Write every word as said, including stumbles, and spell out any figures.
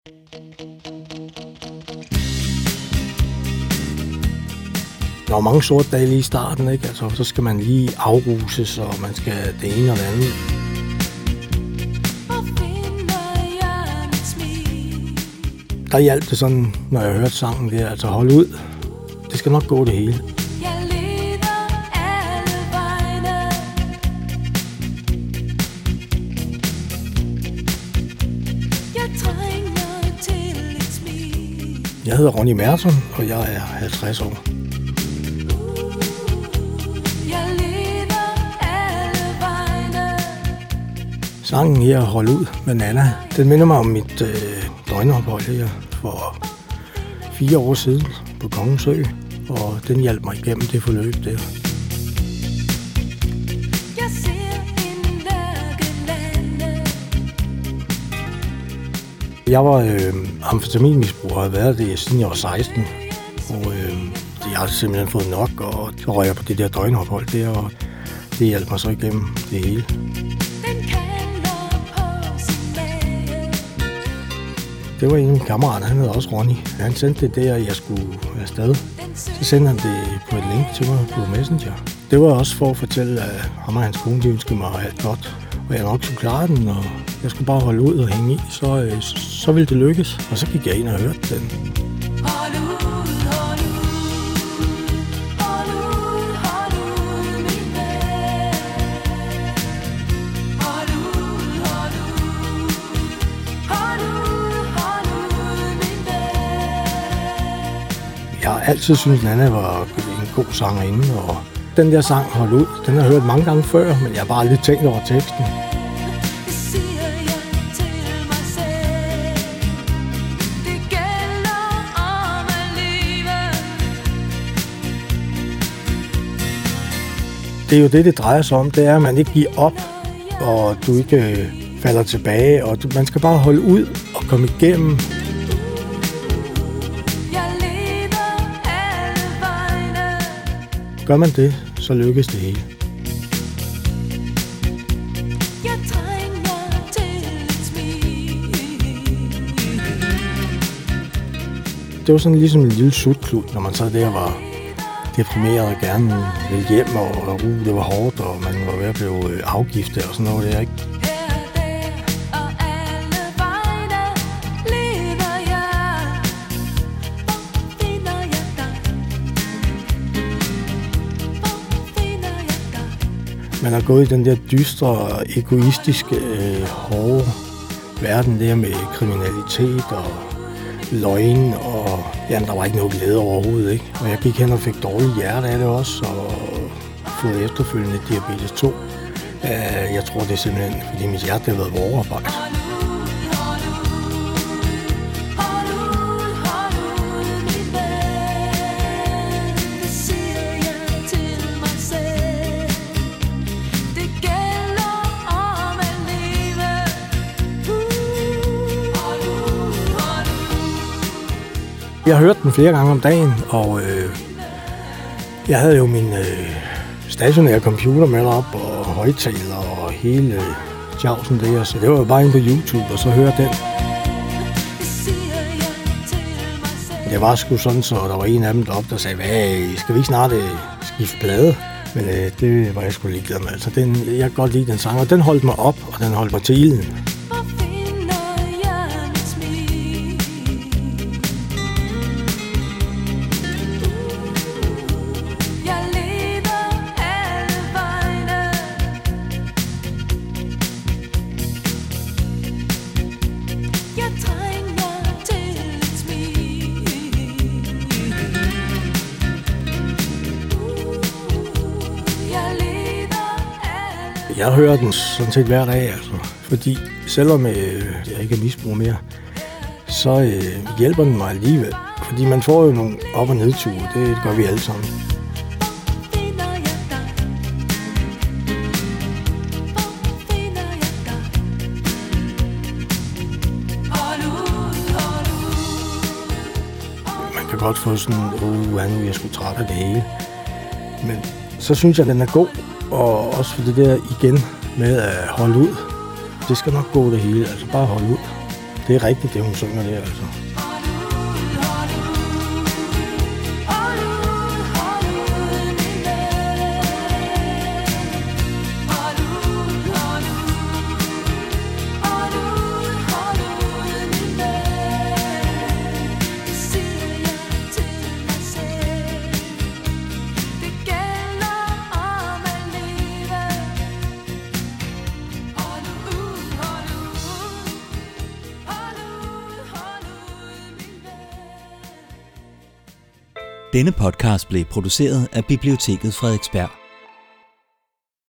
Der er mange sorte dage lige i starten, ikke? Altså, så skal man lige afruses, og man skal det ene og det andet. Der hjalp det sådan, når jeg hørte sangen der, altså hold ud. Det skal nok gå det hele. Jeg hedder Ronny Merton, og jeg er halvtreds år. Sangen her, Hold ud med Nanna, den minder mig om mit øh, døgnophold her for fire år siden på Kongens Ø, og den hjalp mig igennem det forløb der. Jeg var øh, amfetaminmisbruger og havde været det siden jeg var seksten, og øh, jeg har simpelthen fået nok, og så røg jeg på det der døgnophold der, og det hjalp mig så igennem det hele. Det var en af mine kammerater, han hedder også Ronny. Han sendte det der, jeg skulle afsted. Så sendte han det på et link til mig på Messenger. Det var også for at fortælle, at ham og hans kone ønskede mig alt godt. Og jeg nok skulle klare den, og jeg skulle bare holde ud og hænge i, så, så ville det lykkes. Og så gik jeg ind og hørte den. Jeg har altid syntes, at Nanna var en god sangerinde, og den der sang, Hold ud, den har jeg hørt mange gange før, men jeg har bare aldrig tænkt over teksten. Det er jo det, det drejer sig om, det er, at man ikke giver op, og du ikke falder tilbage, og man skal bare holde ud og komme igennem. Gør man det, så lykkes det hele. Det var sådan ligesom en lille sutklud, når man så der var deprimeret og gerne ville hjem, og, og uh, det var hårdt, og man var ved at blive afgiftet og sådan noget der, ikke? Man har gået i den der dystre, egoistiske, øh, hårde verden der med kriminalitet og løgn, og ja, der var ikke noget glæde overhovedet, ikke? Og jeg gik hen og fik dårligt hjerte af det også, og fået efterfølgende diabetes to. Uh, jeg tror, det er simpelthen, fordi mit hjerte har været overarbejde. Jeg har hørt den flere gange om dagen, og øh, jeg havde jo min øh, stationære computer med op og højtaler og hele øh, tjavsen der, så det var jo bare inde på YouTube og så høre den. Det var sgu sådan, så der var en af dem deroppe, der sagde, hvad, skal vi ikke snart øh, skifte plade? Men øh, det var jeg sgu ligeglad med. Altså, den, jeg kan godt lide den sang, og den holdt mig op, og den holdt mig til ilden. Jeg hører den sådan set hver dag, altså, fordi selvom øh, jeg ikke er misbrug mere, så øh, hjælper den mig alligevel. Fordi man får jo nogle op- og nedture, det gør vi alle sammen. Man kan godt få sådan, uh, nu er jeg sgu træt af det hele. Men så synes jeg, at den er god. Og også for det der igen med at holde ud. Det skal nok gå det hele, altså bare holde ud. det er rigtigt, det hun synger der, altså. Denne podcast blev produceret af Biblioteket Frederiksberg.